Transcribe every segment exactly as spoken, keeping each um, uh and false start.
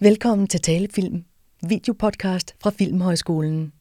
Velkommen til Talefilm, videopodcast fra Filmhøjskolen.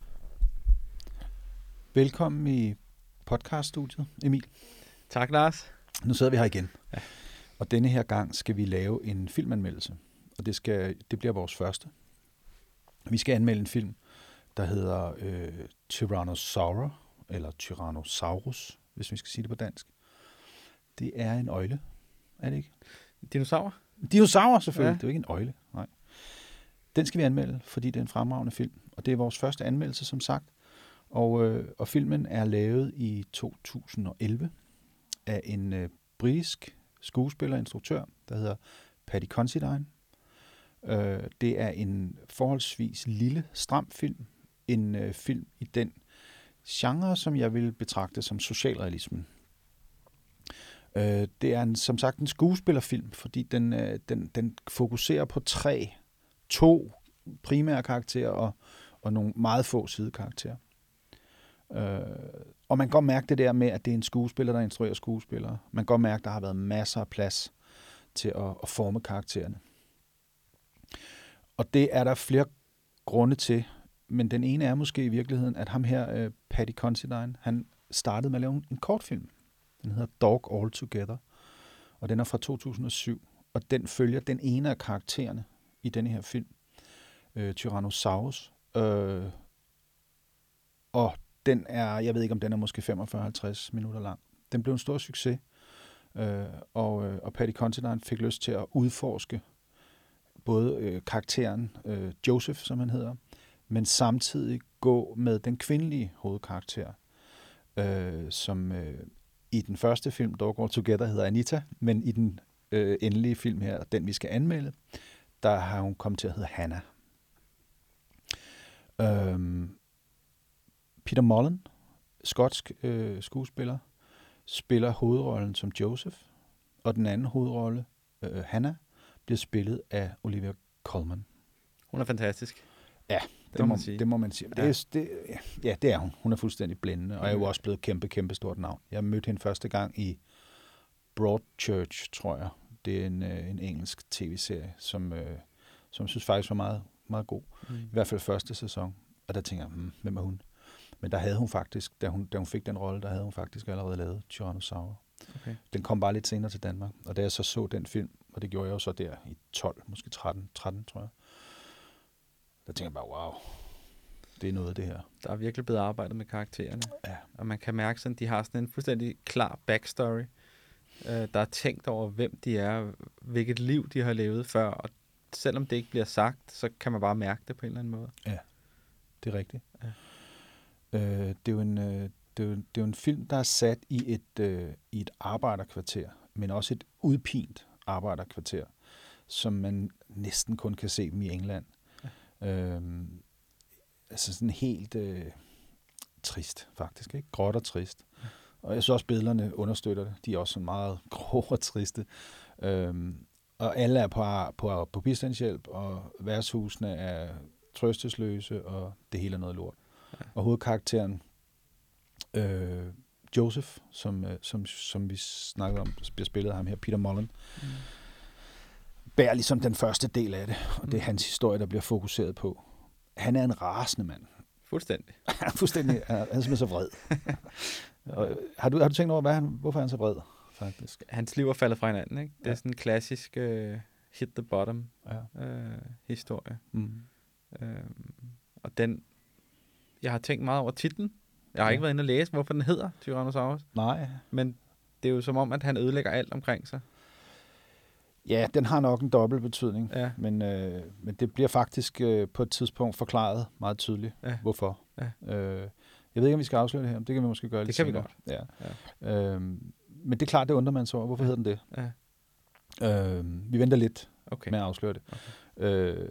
Velkommen i podcaststudiet, Emil. Tak, Lars. Nu sidder vi her igen, ja. og denne her gang skal vi lave en filmanmeldelse, og det, skal, det bliver vores første. Vi skal anmelde en film, der hedder øh, Tyrannosaurus, eller Tyrannosaurus, hvis vi skal sige det på dansk. Det er en øgle, er det ikke? Dinosaur? Dinosaur selvfølgelig, ja. Det er jo ikke en øgle, nej. Den skal vi anmelde, fordi det er en fremragende film, og det er vores første anmeldelse, som sagt. Og, øh, og filmen er lavet i to tusind og elleve af en øh, britisk skuespiller og instruktør, der hedder Paddy Considine. Øh, det er en forholdsvis lille, stram film. En øh, film i den genre, som jeg vil betragte som socialrealismen. Øh, det er en, som sagt en skuespillerfilm, fordi den, øh, den, den fokuserer på tre, to primære karakterer og, og nogle meget få sidekarakterer. Øh, og man kan godt mærke det der med, at det er en skuespiller, der instruerer skuespillere. Man kan godt mærke, at der har været masser af plads til at, at forme karaktererne. Og det er der flere grunde til, men den ene er måske i virkeligheden, at ham her, uh, Paddy Considine, han startede med at lave en kortfilm. Den hedder Dog All Together, og den er fra to tusind og syv, og den følger den ene af karaktererne i denne her film, uh, Tyrannosaurus. Uh, og den er, jeg ved ikke om den er måske femogfyrre til halvtreds minutter lang. Den blev en stor succes, øh, og, øh, og Paddy Considine fik lyst til at udforske både øh, karakteren øh, Joseph, som han hedder, men samtidig gå med den kvindelige hovedkarakter, øh, som øh, i den første film, Dog All Together, hedder Anita, men i den øh, endelige film her, den vi skal anmelde, der har hun kommet til at hedde Hannah. Øh, Peter Mullen, skotsk øh, skuespiller, spiller hovedrollen som Joseph, og den anden hovedrolle, øh, Hannah, bliver spillet af Olivia Colman. Hun er fantastisk. Ja, det, det, må, man det må man sige. Ja. Det er, det, ja, det er hun. Hun er fuldstændig blændende, og er jo også blevet kæmpe, kæmpe stort navn. Jeg mødte hende første gang i Broadchurch, tror jeg. Det er en, øh, en engelsk tv-serie, som, øh, som jeg synes faktisk var meget, meget god. Mm. I hvert fald første sæson. Og der tænker jeg, hmm, hvem er hun? Men der havde hun faktisk, da hun, da hun fik den rolle, der havde hun faktisk allerede lavet Tyrannosaurus. Okay. Den kom bare lidt senere til Danmark. Og da jeg så så den film, og det gjorde jeg jo så der i tolv, måske tretten, tretten tror jeg, der tænkte jeg bare, wow, det er noget af det her. Der er virkelig blevet arbejdet med karaktererne. Ja. Og man kan mærke, at de har sådan en fuldstændig klar backstory. Der er tænkt over, hvem de er, hvilket liv de har levet før. Og selvom det ikke bliver sagt, så kan man bare mærke det på en eller anden måde. Ja, det er rigtigt. Ja. Øh, det, er jo en, øh, det, er jo, det er jo en film, der er sat i et, øh, i et arbejderkvarter, men også et udpint arbejderkvarter, som man næsten kun kan se dem i England. Ja. Øhm, altså sådan helt øh, trist, faktisk. Ikke? Gråt og trist. Ja. Og jeg synes også, billederne understøtter det. De er også sådan meget grå og triste. Øhm, og alle er på, på, på bistandshjælp, og værtshusene er trøstesløse, og det hele er noget lort. Ja. Og hovedkarakteren, øh, Joseph, som, øh, som, som vi snakkede om, bliver spillet af ham her, Peter Mullen, mm. bærer ligesom den første del af det, og det er hans historie, der bliver fokuseret på. Han er en rasende mand. Fuldstændig. Fuldstændig. Han er simpelthen så vred. Og, har, du, har du tænkt over, hvad han, hvorfor er han så vred, faktisk? Hans liv er faldet fra hinanden, ikke? Det er ja. sådan en klassisk uh, hit the bottom ja. uh, historie. Mm. Uh, og den Jeg har tænkt meget over titlen. Jeg har ja. ikke været inde og læse, hvorfor den hedder Tyrannosaurus. Nej. Men det er jo som om, at han ødelægger alt omkring sig. Ja, den har nok en dobbelt betydning. Ja. Men, øh, men det bliver faktisk øh, på et tidspunkt forklaret meget tydeligt, ja. hvorfor. Ja. Øh, jeg ved ikke, om vi skal afsløre det her. Det kan vi måske gøre det lidt kan senere. Vi godt. Ja. Ja. Øh, men det er klart, det undrer man sig over. Hvorfor ja. hedder den det? Ja. Øh, vi venter lidt okay. med at afsløre det. Okay. Øh,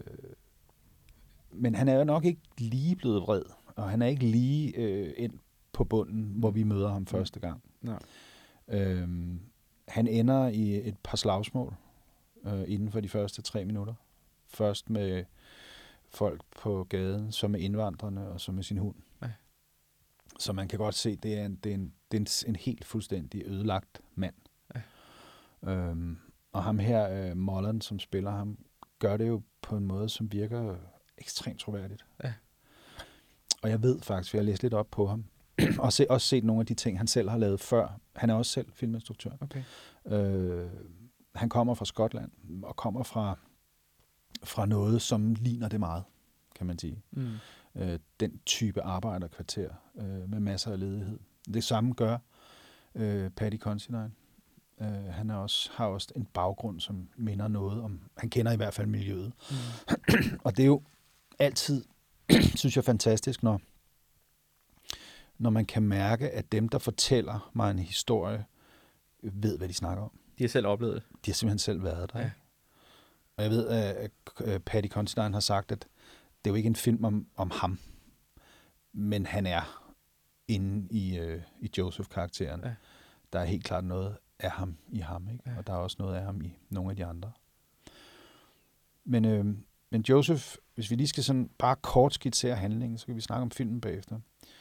men han er jo nok ikke lige blevet vred. Og han er ikke lige øh, ind på bunden, hvor vi møder ham første gang. Nej. Øhm, han ender i et par slagsmål øh, inden for de første tre minutter. Først med folk på gaden, så med indvandrerne og så med sin hund. Ja. Så man kan godt se, det er en, det er en, det er en, en helt fuldstændig ødelagt mand. Ja. Øhm, og ham her, øh, Mullen, som spiller ham, gør det jo på en måde, som virker ekstremt troværdigt. Ja. Og jeg ved faktisk, for jeg har læst lidt op på ham, og se, også set nogle af de ting, han selv har lavet før. Han er også selv filminstruktør. Okay. Øh, han kommer fra Skotland, og kommer fra, fra noget, som ligner det meget, kan man sige. Mm. Øh, den type arbejderkvarter øh, med masser af ledighed. Det samme gør øh, Paddy Considine. Øh, han er også, har også en baggrund, som minder noget om, han kender i hvert fald miljøet. Mm. Og det er jo altid, synes jeg, fantastisk, når, når man kan mærke, at dem, der fortæller mig en historie, ved, hvad de snakker om. De har selv oplevet det. De har simpelthen selv været der. Ja. Og jeg ved, at Paddy Considine har sagt, at det er jo ikke en film om, om ham, men han er inde i, øh, i Joseph-karakteren. Ja. Der er helt klart noget af ham i ham, ikke? Ja. Og der er også noget af ham i nogle af de andre. Men, øh, men Joseph, hvis vi lige skal sådan bare kort skitsere handlingen, så kan vi snakke om filmen bagefter.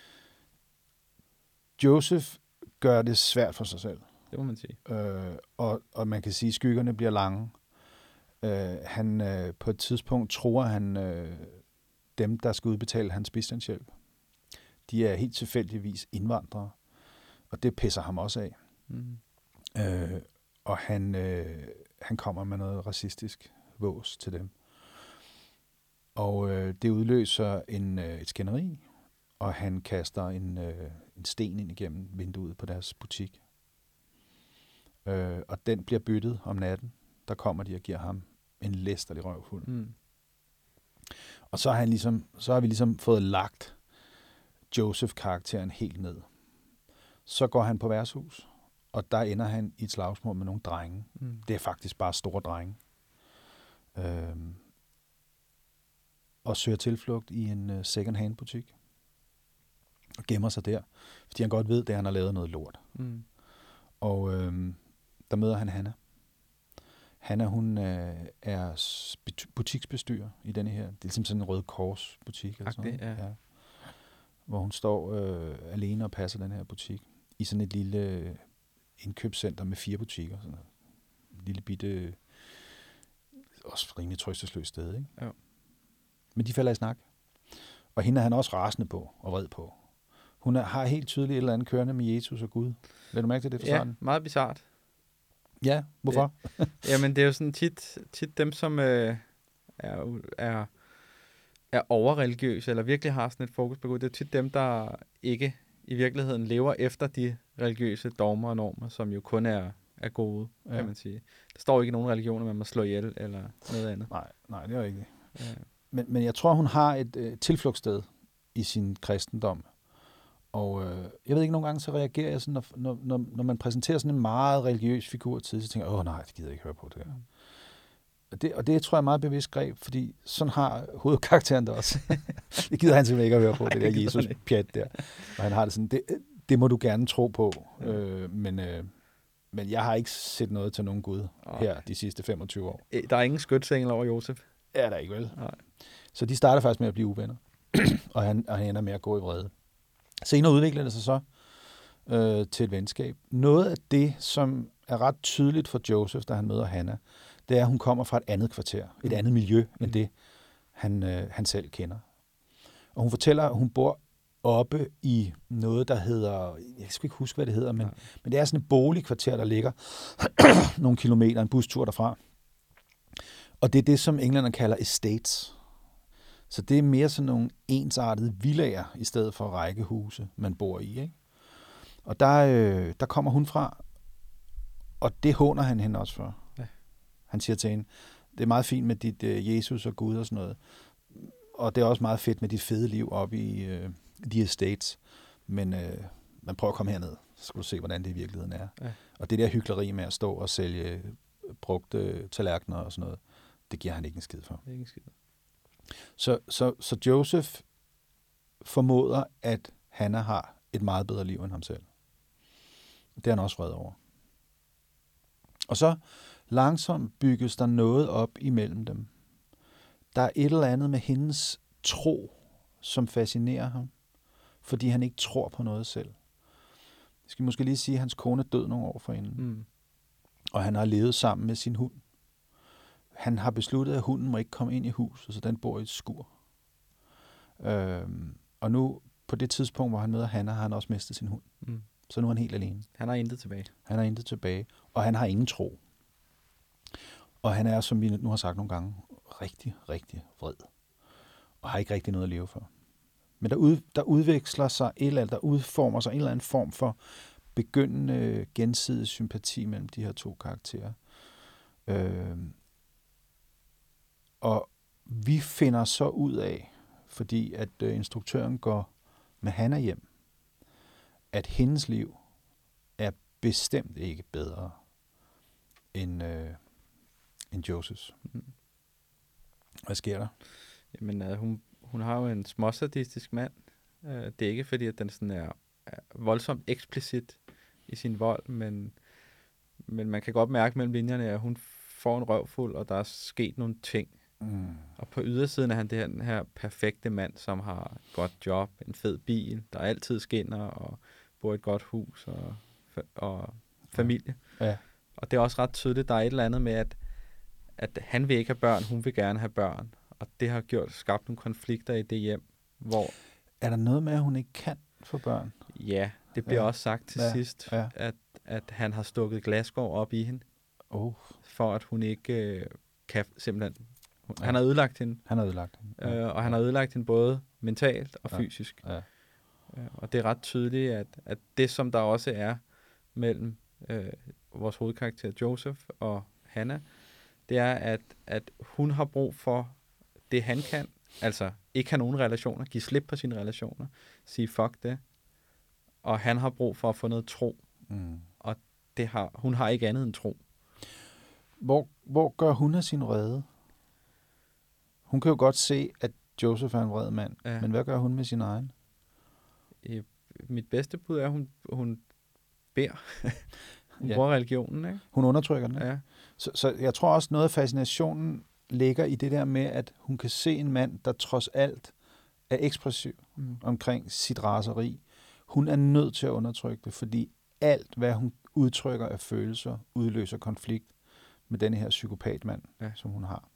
Joseph gør det svært for sig selv. Det må man sige. Øh, og, og man kan sige, at skyggerne bliver lange. Øh, han, øh, på et tidspunkt tror han, øh, dem, der skal udbetale hans bistandshjælp, de er helt tilfældigvis indvandrere. Og det pisser ham også af. Mm. Øh, og han, øh, han kommer med noget racistisk vås til dem. Og øh, det udløser en, øh, et skænderi, og han kaster en, øh, en sten ind igennem vinduet på deres butik. Øh, og den bliver byttet om natten. Der kommer de og giver ham en læsterlig røvfuld. Mm. Og så har, han ligesom, så har vi ligesom fået lagt Joseph-karakteren helt ned. Så går han på værtshus, og der ender han i et slagsmål med nogle drenge. Mm. Det er faktisk bare store drenge. Øhm, og søger tilflugt i en uh, second-hand butik. Og gemmer sig der, fordi han godt ved, at han har lavet noget lort. Mm. Og øhm, der møder han Hanna. Hanna, hun øh, er butiksbestyrer i denne her. Det er ligesom sådan en Røde Kors butik. Eller sådan noget. Ja. Ja. Hvor hun står øh, alene og passer den her butik. I sådan et lille indkøbscenter med fire butikker. Sådan en lille bitte, også rimelig trøstesløst sted, ikke? Ja. Men de falder i snak. Og hende er han også rasende på og vred på. Hun er, har helt tydeligt et eller andet kørende med Jesus og Gud. Lad du mærke til det fra ja, starten? Meget bizart. Ja, hvorfor? Det, jamen, det er jo sådan tit, tit dem, som øh, er, er, er overreligiøse, eller virkelig har sådan et fokus på Gud. Det er tit dem, der ikke i virkeligheden lever efter de religiøse dogmer og normer, som jo kun er, er gode, ja. Kan man sige. Der står ikke i nogen religioner, man må slå ihjel eller noget andet. Nej, nej, det er jo ikke det. Ja. Men, men jeg tror, hun har et øh, tilflugtssted i sin kristendom. Og øh, jeg ved ikke, nogle gange så reagerer jeg sådan, når, når, når man præsenterer sådan en meget religiøs figur til, så tænker jeg, åh nej, det gider jeg ikke høre på det her. Og det, og det tror jeg er meget bevidst greb, fordi sådan har hovedkarakteren det også. Det gider han simpelthen ikke at høre på, det der Jesus-pjat der. Og han har det sådan, det, det må du gerne tro på, ja. øh, men, øh, men jeg har ikke set noget til nogen Gud okay. her de sidste femogtyve år. Der er ingen skytsengel over Josef? Ja, der er ikke vel. Nej. Så de starter faktisk med at blive uvenner, og, han, og han ender med at gå i vrede. Senere udvikler det sig så øh, til et venskab. Noget af det, som er ret tydeligt for Joseph, da han møder Hanna, det er, at hun kommer fra et andet kvarter, et andet miljø, mm. end det, han, øh, han selv kender. Og hun fortæller, at hun bor oppe i noget, der hedder, jeg skal ikke huske, hvad det hedder, men, men det er sådan et boligkvarter, der ligger nogle kilometer, en bustur derfra. Og det er det, som englænderne kalder estates. Så det er mere sådan nogle ensartede villager, i stedet for rækkehuse, man bor i. Ikke? Og der, øh, der kommer hun fra, og det håner han hende også for. Ja. Han siger til hende, det er meget fint med dit øh, Jesus og Gud og sådan noget, og det er også meget fedt med dit fede liv oppe i øh, de estates, men øh, man prøver at komme herned, så skal du se, hvordan det i virkeligheden er. Ja. Og det der hykleri med at stå og sælge brugte tallerkener og sådan noget, det giver han ikke en skid for. Det er ikke en skid. Så, så, så Joseph formoder, at Hanna har et meget bedre liv end ham selv. Det er han også vred over. Og så langsomt bygges der noget op imellem dem. Der er et eller andet med hendes tro, som fascinerer ham, fordi han ikke tror på noget selv. Jeg skal måske lige sige, at hans kone er død nogle år forinden. Mm. Og han har levet sammen med sin hund han har besluttet, at hunden må ikke komme ind i huset, så den bor i et skur. Øh, og nu, på det tidspunkt, hvor han møder Hannah, har han også mistet sin hund. Mm. Så nu er han helt alene. Han har intet tilbage. Han har intet tilbage, og han har ingen tro. Og han er, som vi nu har sagt nogle gange, rigtig, rigtig vred. Og har ikke rigtig noget at leve for. Men der, ud, der udveksler sig et eller andet, der udformer sig en eller anden form for begyndende gensidig sympati mellem de her to karakterer. Øh, og vi finder så ud af, fordi at øh, instruktøren går med Hannah hjem, at hendes liv er bestemt ikke bedre end, øh, end Josephs. Mm. Hvad sker der? Jamen, uh, hun, hun har jo en småsadistisk mand. Uh, det er ikke fordi, at den sådan er, er voldsomt eksplicit i sin vold, men, men man kan godt mærke mellem linjerne, at hun får en røvfuld, og der er sket nogle ting. Mm. Og på ydersiden er han det her, den her perfekte mand, som har et godt job, en fed bil, der altid skinner, og bor i et godt hus, og, og familie. Ja. Og det er også ret tydeligt, der er et eller andet med, at, at han vil ikke have børn, hun vil gerne have børn. Og det har gjort skabt nogle konflikter i det hjem, hvor... Er der noget med, at hun ikke kan få børn? Ja, det bliver ja. også sagt til ja. sidst, ja. At, at han har stukket glasgård op i hende, oh. for at hun ikke øh, kan simpelthen... Hun, ja. Han har ødelagt hende. Han har ødelagt hende. Ja. Øh, og han har ødelagt hende både mentalt og ja. fysisk. Ja. Øh, og det er ret tydeligt, at, at det, som der også er mellem øh, vores hovedkarakter Joseph og Hannah, det er, at, at hun har brug for det, han kan. Altså ikke have nogen relationer, give slip på sine relationer, sige fuck det. Og han har brug for at få noget tro. Mm. Og det har, hun har ikke andet end tro. Hvor, hvor gør hun af sin vrede? Hun kan jo godt se, at Joseph er en vred mand, ja. Men hvad gør hun med sin egen? I, mit bedste bud er, at hun, hun beder. Hun ja. bruger religionen, ikke? Hun undertrykker den, ikke? Ja. Så, så jeg tror også, noget af fascinationen ligger i det der med, at hun kan se en mand, der trods alt er ekspressiv mm. omkring sit raseri. Hun er nødt til at undertrykke det, fordi alt, hvad hun udtrykker af følelser, udløser konflikt med denne her psykopatmand, ja. Som hun har.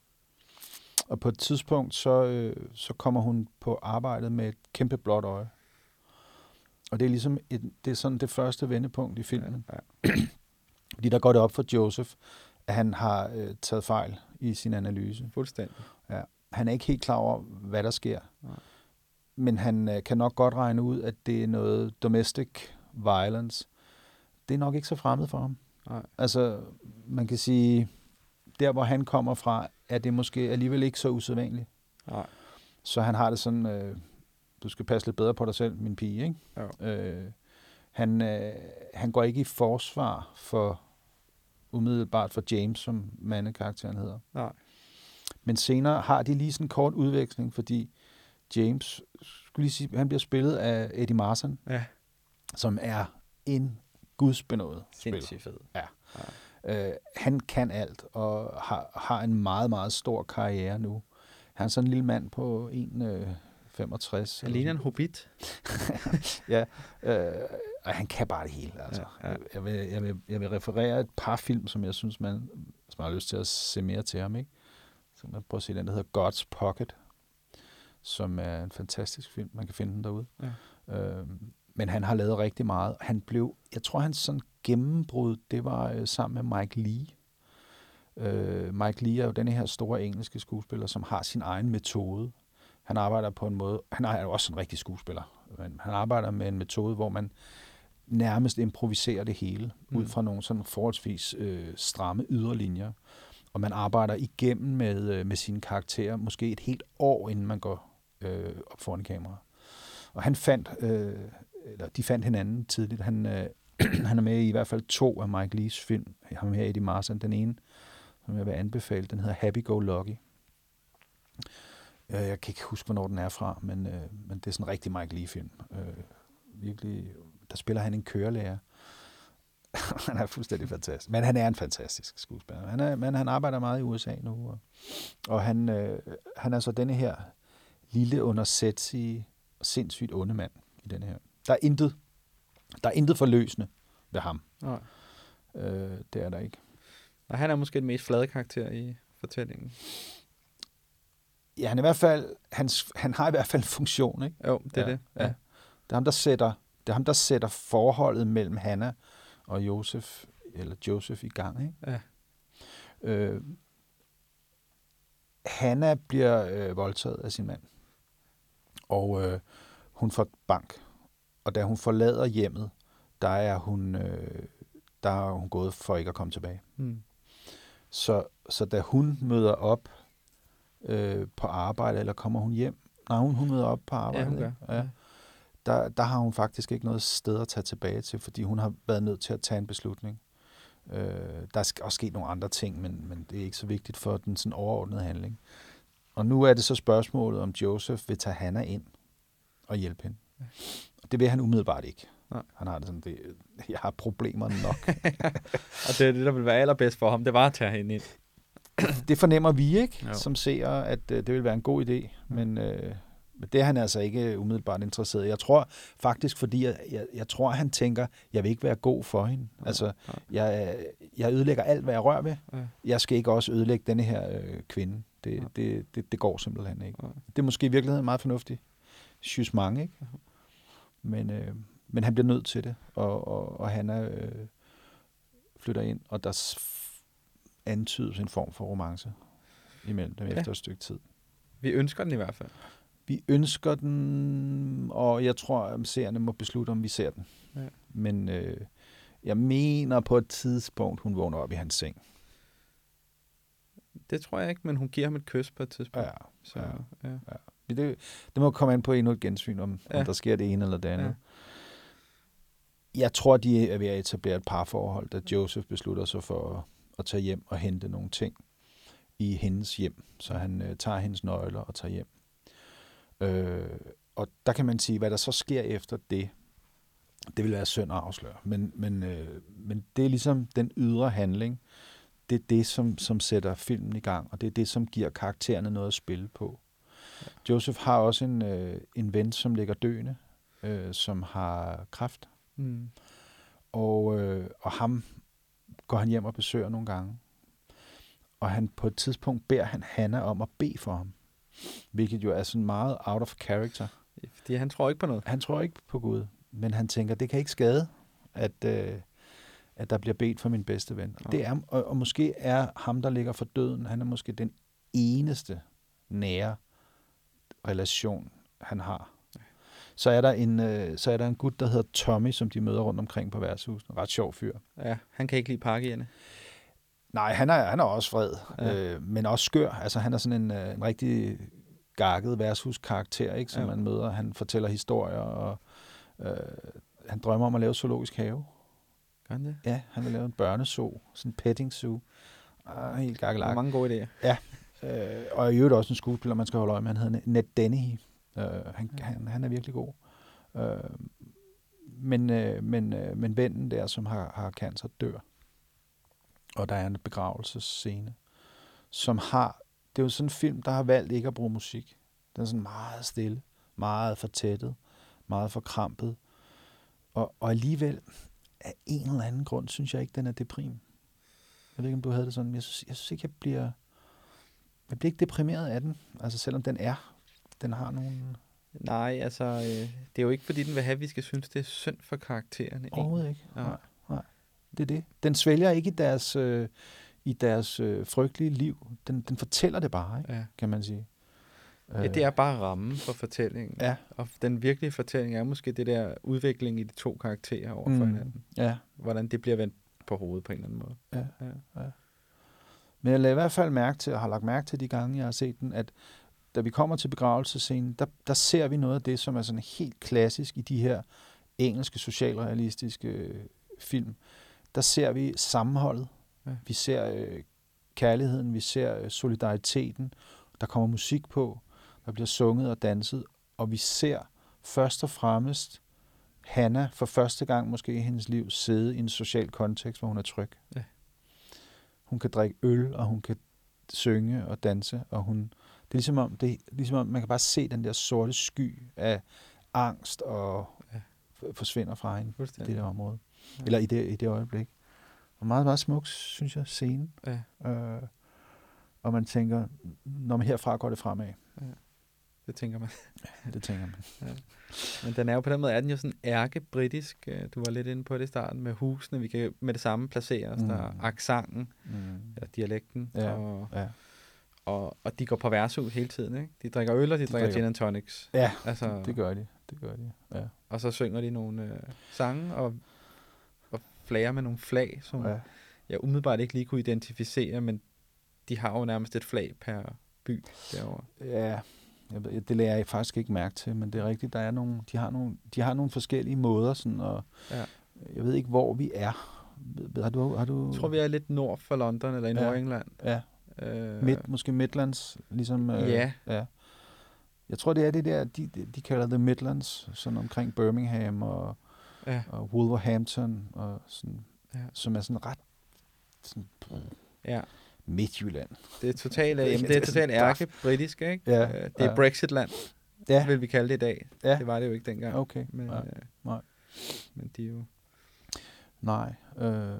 Og på et tidspunkt, så, øh, så kommer hun på arbejdet med et kæmpe blåt øje. Og det er ligesom et, det er sådan det første vendepunkt i filmen. Ja, ja. Fordi der går det op for Joseph, at han har øh, taget fejl i sin analyse. Fuldstændig. Ja. Han er ikke helt klar over, hvad der sker. Ja. Men han øh, kan nok godt regne ud, at det er noget domestic violence. Det er nok ikke så fremmed for ham. Nej. Altså, man kan sige, der hvor han kommer fra, er det måske alligevel ikke så usædvanligt. Nej. Så han har det sådan, øh, du skal passe lidt bedre på dig selv, min pige, ikke? Ja. Øh, han, øh, han går ikke i forsvar for, umiddelbart for James, som mandekarakteren hedder. Nej. Men senere har de lige sådan en kort udveksling, fordi James, skulle lige sige, han bliver spillet af Eddie Marsan, ja. Som er en gudsbenået spiller. Sindssygt fed. Ja. ja. Øh, han kan alt, og har, har en meget, meget stor karriere nu. Han er sådan en lille mand på en komma femogtres. Han ligner en hobbit. ja, øh, og han kan bare det hele. Altså. Ja, ja. Jeg, vil, jeg, vil, jeg vil referere et par film, som jeg synes, man, som man har lyst til at se mere til ham. Ikke? Så man prøver at se den, der hedder God's Pocket, som er en fantastisk film. Man kan finde den derude. Ja. Øh, men han har lavet rigtig meget. Han blev, jeg tror, hans sådan gennembrud, det var øh, sammen med Mike Leigh. Øh, Mike Leigh er jo denne her store engelske skuespiller, som har sin egen metode. Han arbejder på en måde, han er jo også en rigtig skuespiller, men han arbejder med en metode, hvor man nærmest improviserer det hele, mm. ud fra nogle sådan forholdsvis øh, stramme yderlinjer. Og man arbejder igennem med, øh, med sine karakterer, måske et helt år, inden man går øh, op foran kamera. Og han fandt, øh, eller de fandt hinanden tidligt. Han, øh, han er med i i hvert fald to af Mike Leighs film. Ham her, Eddie Marsan, den ene, som jeg vil anbefale, den hedder Happy Go Lucky. Jeg kan ikke huske, hvornår den er fra, men, øh, men det er sådan en rigtig Mike Leigh-film. Øh, virkelig, der spiller han en kørelærer. Han er fuldstændig fantastisk. Men han er en fantastisk skuespiller. Han er, men han arbejder meget i U S A nu. Og, og han, øh, han er så denne her lille, undersætsige, sindssygt onde mand i denne her. Der er intet, der er intet forløsende ved ham. Nej. Øh, det er der ikke. Og han er måske den mest flade karakter i fortællingen? Ja, han, er i hvert fald, han, han har i hvert fald en funktion, ikke? Jo, det er ja, det. Ja. Ja. Det er ham, der sætter, det er ham, der sætter forholdet mellem Hannah og Joseph, eller Joseph i gang, ikke? Ja. Øh, Hannah bliver øh, voldtaget af sin mand, og øh, hun får bank. Og da hun forlader hjemmet, der er hun, øh, der er hun gået for ikke at komme tilbage. Mm. Så, så da hun møder op øh, på arbejde, eller kommer hun hjem? Nej, hun, hun møder op på arbejde. Ja, hun gør. Ja. Der, der har hun faktisk ikke noget sted at tage tilbage til, fordi hun har været nødt til at tage en beslutning. Øh, der er også sket nogle andre ting, men, men det er ikke så vigtigt for den sådan overordnede handling. Og nu er det så spørgsmålet, om Joseph vil tage Hannah ind og hjælpe hende. Ja. Og det vil han umiddelbart ikke. Nej. Han har det sådan, det, jeg har problemer nok. Og det er det, der vil være allerbedst for ham, det var at tage hende ind. Det fornemmer vi ikke, jo. Som ser, at uh, det vil være en god idé, men, uh, men det er han altså ikke umiddelbart interesseret i. Jeg tror faktisk, fordi jeg, jeg, jeg tror, han tænker, jeg vil ikke være god for hende. Ja. Altså, ja. Jeg, jeg ødelægger alt, hvad jeg rører ved. Ja. Jeg skal ikke også ødelægge denne her øh, kvinde. Det, ja. det, det, det går simpelthen ikke. Ja. Det er måske i virkeligheden meget fornuftigt. Synes mange, ikke? Ja. Men, øh, men han bliver nødt til det, og, og, og han er, øh, flytter ind, og der antydes en form for romance imellem dem ja. Efter et stykke tid. Vi ønsker den i hvert fald. Vi ønsker den, og jeg tror, at seerne må beslutte, om vi ser den. Ja. Men øh, jeg mener på et tidspunkt, hun vågner op i hans seng. Det tror jeg ikke, men hun giver ham et kys på et tidspunkt. Ja, så, ja, ja. ja. Det, det må komme an på endnu et gensyn, om, ja. om der sker det ene eller det andet. Ja. Jeg tror, de er ved at etablere et parforhold, da Joseph beslutter sig for at, at tage hjem og hente nogle ting i hendes hjem. Så han øh, tager hendes nøgler og tager hjem. Øh, og der kan man sige, hvad der så sker efter det, det vil være synd at afsløre. Men, men, øh, men det er ligesom den ydre handling. Det er det, som, som sætter filmen i gang, og det er det, som giver karaktererne noget at spille på. Ja. Joseph har også en, øh, en ven, som ligger døende, øh, som har kræft. Mm. Og, øh, og ham går han hjem og besøger nogle gange. Og han på et tidspunkt beder han Hannah om at bede for ham. Hvilket jo er sådan meget out of character. Fordi han tror ikke på noget. Han tror ikke på Gud. Men han tænker, det kan ikke skade, at, øh, at der bliver bedt for min bedste ven. Ja. Det er, og, og måske er ham, der ligger for døden, han er måske den eneste nære relation, han har. Så er der en, øh, så er der en gut, der hedder Tommy, som de møder rundt omkring på værtshuset. En ret sjov fyr. Ja, han kan ikke lide parkerne. Nej, han er, han er også vred, ja. øh, men også skør. Altså, han er sådan en, en rigtig gakket værtshuskarakter, ikke, som ja. Man møder. Han fortæller historier, og øh, han drømmer om at lave zoologisk have. Gør han det? Ja, han vil lave en børnezoo, sådan en petting zoo. Ah, helt gakkelak. Mange gode idéer. Ja, øh, og i øvrigt også en skuespiller, man skal holde øje med. Han hedder Ned Dennehy. Uh, han, ja. han, han er virkelig god. Uh, men, uh, men, uh, men vennen der, som har, har cancer, dør. Og der er en begravelsesscene, som har... Det er jo sådan en film, der har valgt ikke at bruge musik. Den er sådan meget stille, meget fortættet, meget forkrampet. Og, og alligevel, af en eller anden grund, synes jeg ikke, den er deprim. Jeg ved ikke, om du havde det sådan, men jeg synes, jeg synes ikke, jeg bliver... Jeg bliver ikke deprimeret af den, altså selvom den er... Den har nogle... Nej, altså, øh, det er jo ikke, fordi den vil have, at vi skal synes, det er synd for karaktererne. Overhovedet ikke. Ja. Nej, nej. Det er det. Den svælger ikke i deres, øh, i deres øh, frygtelige liv. Den, den fortæller det bare, ikke? Ja. Kan man sige. Ja, det er bare rammen for fortællingen. Ja. Og den virkelige fortælling er måske det der udvikling i de to karakterer over for mm. hinanden. Ja. Hvordan det bliver vendt på hovedet på en eller anden måde. Ja. Ja. Ja. Men jeg lader i hvert fald mærke til, og har lagt mærke til de gange, jeg har set den, at da vi kommer til begravelsescenen, der, der ser vi noget af det, som er sådan helt klassisk i de her engelske socialrealistiske øh, film. Der ser vi sammenholdet, ja. Vi ser øh, kærligheden, vi ser øh, solidariteten, der kommer musik på, der bliver sunget og danset, og vi ser først og fremmest Hannah for første gang måske i hendes liv sidde i en social kontekst, hvor hun er tryg. Ja. Hun kan drikke øl, og hun kan synge og danse, og hun... Det er ligesom om, det er ligesom om, man kan bare se den der sorte sky af angst og ja. forsvinder fra hende i det der område. Ja. Eller i det, i det øjeblik. Og meget, meget smuk, synes jeg, scene. Ja. Øh, og man tænker, når man herfra går det fremad. Ja. Det tænker man. Ja, det tænker man. Ja. Men den er jo på den måde, er den jo sådan ærke-britisk. Du var lidt inde på det i starten med husene. Vi kan med det samme placere os. Mm. Der er accenten, mm. eller dialekten. Ja. Og, ja. Og, og de går på værtshus hele tiden, ikke? De drikker øl, og de, de drikker, drikker gin and tonics. Ja, altså, det gør de. Det gør de, ja. Og så synger de nogle øh, sange, og, og flager med nogle flag, som ja. jeg umiddelbart ikke lige kunne identificere, men de har jo nærmest et flag per by derovre. Ja, jeg ved, det lærer jeg faktisk ikke mærke til, men det er rigtigt, der er nogle, de har nogle, de har nogle forskellige måder, sådan, og ja. jeg ved ikke, hvor vi er. Har du, har du... Jeg tror, vi er lidt nord for London, eller i ja. Nordengland. Ja. Øh, Midt, måske Midlands, ligesom. Øh, ja. ja. Jeg tror, det er det der, de, de kalder det Midlands, sådan omkring Birmingham og, ja. og Wolverhampton, og sådan, ja. som er sådan ret sådan, ja. Midtjylland. Det er totalt, jamen, det er totalt ærke-britisk, ikke? Ja. Det er ja. Brexitland, ja. vil vi kalde det i dag. Ja. Det var det jo ikke dengang. Okay. Men, Nej. Øh, Nej. men de er jo... Nej. Øh,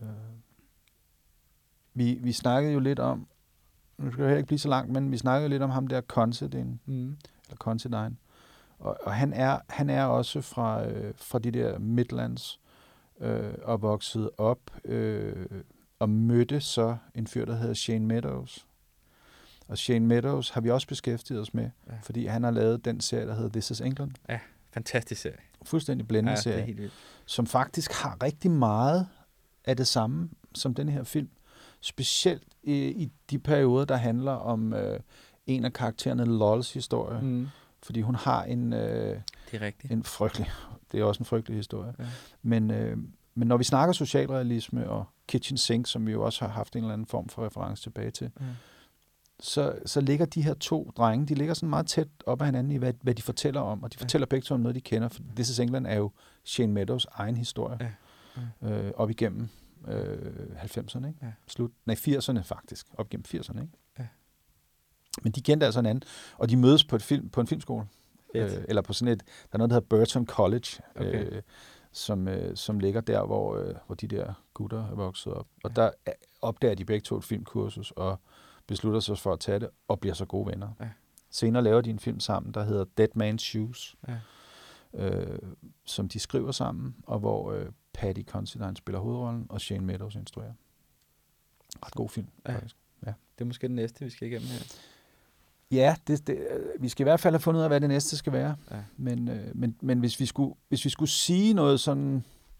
vi, vi snakkede jo lidt om, nu skal det heller ikke blive så langt, men vi snakkede jo lidt om ham der Considine, mm. eller Considine. Og, og han er han er også fra øh, fra de der Midlands øh, og vokset op øh, og mødte så en fyr, der hedder Shane Meadows. Og Shane Meadows har vi også beskæftiget os med, ja. fordi han har lavet den serie, der hedder This is England. Ja, fantastisk serie. Fuldstændig blændende ja, serie, det er helt vildt. som faktisk har rigtig meget af det samme som den her film. Specielt i, i de perioder, der handler om øh, en af karaktererne, Lols historie. Mm. Fordi hun har en, øh, det er rigtigt. en frygtelig, det er også en frygtelig historie. Ja. Men, øh, men når vi snakker socialrealisme og kitchen sink, som vi jo også har haft en eller anden form for reference tilbage til, ja. så, så ligger de her to drenge, de ligger sådan meget tæt op ad hinanden i, hvad, hvad de fortæller om. Og de fortæller ja. begge to om noget, de kender. For This is England er jo Shane Meadows egen historie. Ja. Ja. Øh, op igennem øh, halvfemserne, ikke? Ja. Slut, nej, firserne faktisk. Op igennem firserne, ikke? Ja. Men de kendte altså hinanden, og de mødes på, et film, på en filmskole. Øh, eller på sådan et, der er noget, der hedder Burton College, okay. øh, som, øh, som ligger der, hvor, øh, hvor de der gutter er vokset op. Og ja. der opdager de begge to et filmkursus, og beslutter sig for at tage det, og bliver så gode venner. Ja. Senere laver de en film sammen, der hedder Dead Man's Shoes, ja. øh, som de skriver sammen, og hvor øh, Paddy Considine spiller hovedrollen, og Shane Meadows instruerer. Ret god film, ja. faktisk. Ja. Det er måske den næste, vi skal igennem her. Ja, det, det, vi skal i hvert fald have fundet ud af, hvad det næste skal være. Ja. Men, øh, men, men hvis, vi skulle, hvis vi skulle sige noget sådan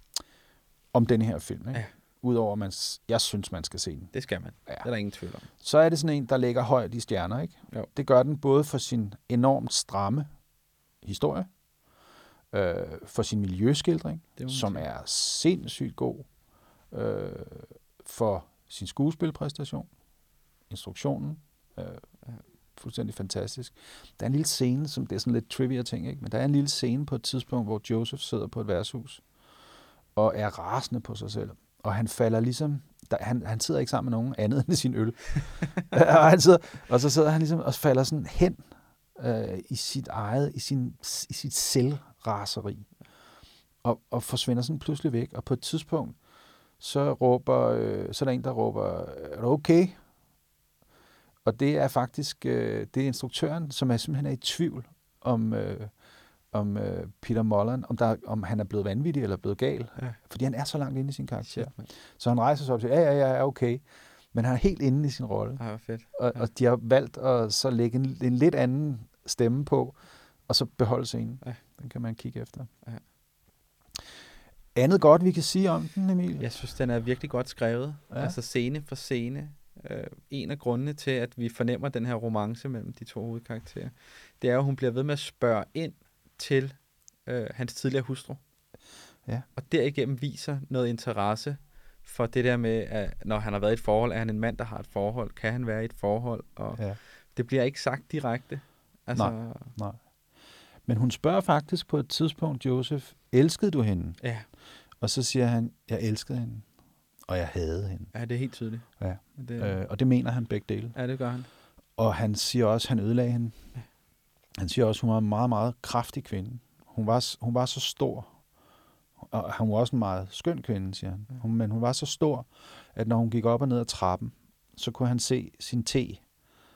om den her film, ikke? Ja. Udover at man, jeg synes, man skal se den. Det skal man. Ja. Det er der ingen tvivl om. Så er det sådan en, der ligger højt i stjerner, ikke? Jo. Det gør den både for sin enormt stramme historie, øh, for sin miljøskildring, som er sindssygt god, øh, for sin skuespilpræstation, instruktionen, øh, ja. fuldstændig fantastisk. Der er en lille scene, som det er sådan lidt trivia-ting, ikke? Men der er en lille scene på et tidspunkt, hvor Joseph sidder på et værtshus og er rasende på sig selv. Og han falder ligesom, der, han, han sidder ikke sammen med nogen andet end sin øl. og, han sidder, og så sidder han ligesom og falder sådan hen øh, i sit eget, i, sin, i sit selvraseri. Og, og forsvinder sådan pludselig væk. Og på et tidspunkt, så råber, øh, så er der en, der råber, er du okay? Og det er faktisk, øh, det er instruktøren, som er simpelthen er i tvivl om, øh, om øh, Peter Mullan, om, der, om han er blevet vanvittig eller blevet gal. Ja. Fordi han er så langt inde i sin karakter. Shit, så han rejser sig op og siger, ja, ja, ja, okay. Men han er helt inde i sin rolle. Ja, fedt. Og, ja. og de har valgt at så lægge en, en lidt anden stemme på, og så beholde scenen. Ja. Den kan man kigge efter. Ja. Andet godt, vi kan sige om den, Emil? Jeg synes, den er virkelig godt skrevet. Ja. Altså scene for scene. Uh, en af grundene til, at vi fornemmer den her romance mellem de to hovedkarakterer, det er, at hun bliver ved med at spørge ind til uh, hans tidligere hustru. Ja. Og derigennem viser noget interesse for det der med, at når han har været i et forhold, er han en mand, der har et forhold? Kan han være i et forhold? Og ja. Det bliver ikke sagt direkte. Altså, nej, nej. Men hun spørger faktisk på et tidspunkt, Joseph, elskede du hende? Ja. Og så siger han, jeg elskede hende. Og jeg havde hende. Ja, det er helt tydeligt. Ja. Det, øh, og det mener han begge dele. Ja, det gør han. Og han siger også, at han ødelagde hende. Ja. Han siger også, at hun var en meget, meget kraftig kvinde. Hun var, hun var så stor. Og hun var også en meget skøn kvinde, siger han. Hun, men hun var så stor, at når hun gik op og ned ad trappen, så kunne han se sin te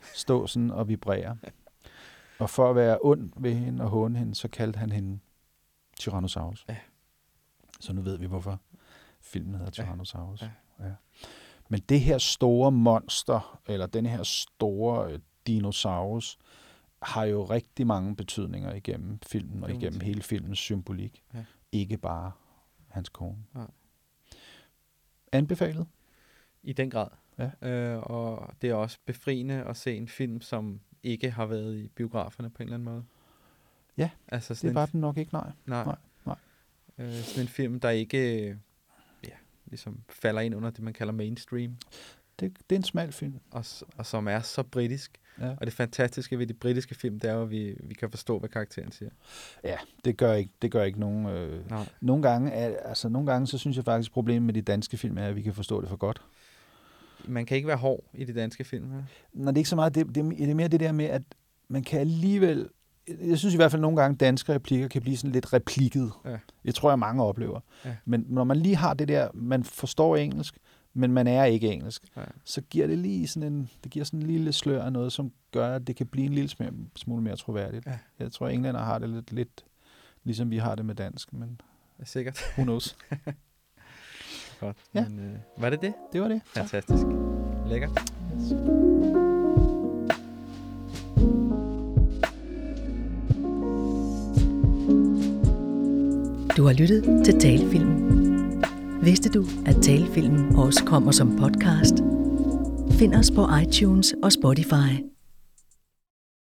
stå sådan og vibrere. Og for at være ond ved hende og håne hende, så kaldte han hende Tyrannosaurus. Ja. Så nu ved vi, hvorfor filmen hedder Tyrannosaurus. Ja. Ja. Men det her store monster, eller den her store øh, dinosaurus, har jo rigtig mange betydninger igennem filmen og igennem hele filmens symbolik. Ja. Ikke bare hans kone. Ja. Anbefalet? I den grad. Ja. Øh, og det er også befriende at se en film, som ikke har været i biograferne på en eller anden måde. Ja, altså det var den nok ikke, nej. Nej. nej, nej. Øh, sådan en film, der ikke ja, ligesom falder ind under det, man kalder mainstream. Det, det er en smal film. Og, og som er så britisk. Ja. Og det fantastiske ved de britiske film, det er jo, at vi, vi kan forstå, hvad karakteren siger. Ja, det gør ikke, det gør ikke nogen... Øh, nogle, gange er, altså, nogle gange, så synes jeg faktisk, problemet med de danske film er, at vi kan forstå det for godt. Man kan ikke være hård i de danske film, her. Når det er ikke så meget, det, det, det er mere det der med, at man kan alligevel... Jeg synes i hvert fald nogle gange, danske replikker kan blive sådan lidt replikket. Ja. Jeg tror, jeg mange oplever. Ja. Men når man lige har det der, man forstår engelsk, men man er ikke engelsk, ja. så giver det lige sådan en, det giver sådan en lille slør af noget, som gør, at det kan blive en lille smule, smule mere troværdigt. Ja. Jeg tror, englænder har det lidt, lidt, ligesom vi har det med dansk, men ja, sikkert. Who knows? Godt. Ja. Men, øh, var det det? Det var det. Fantastisk. Lækkert. Yes. Du har lyttet til Talefilm. Vidste du, at Talefilm også kommer som podcast? Find os på iTunes og Spotify.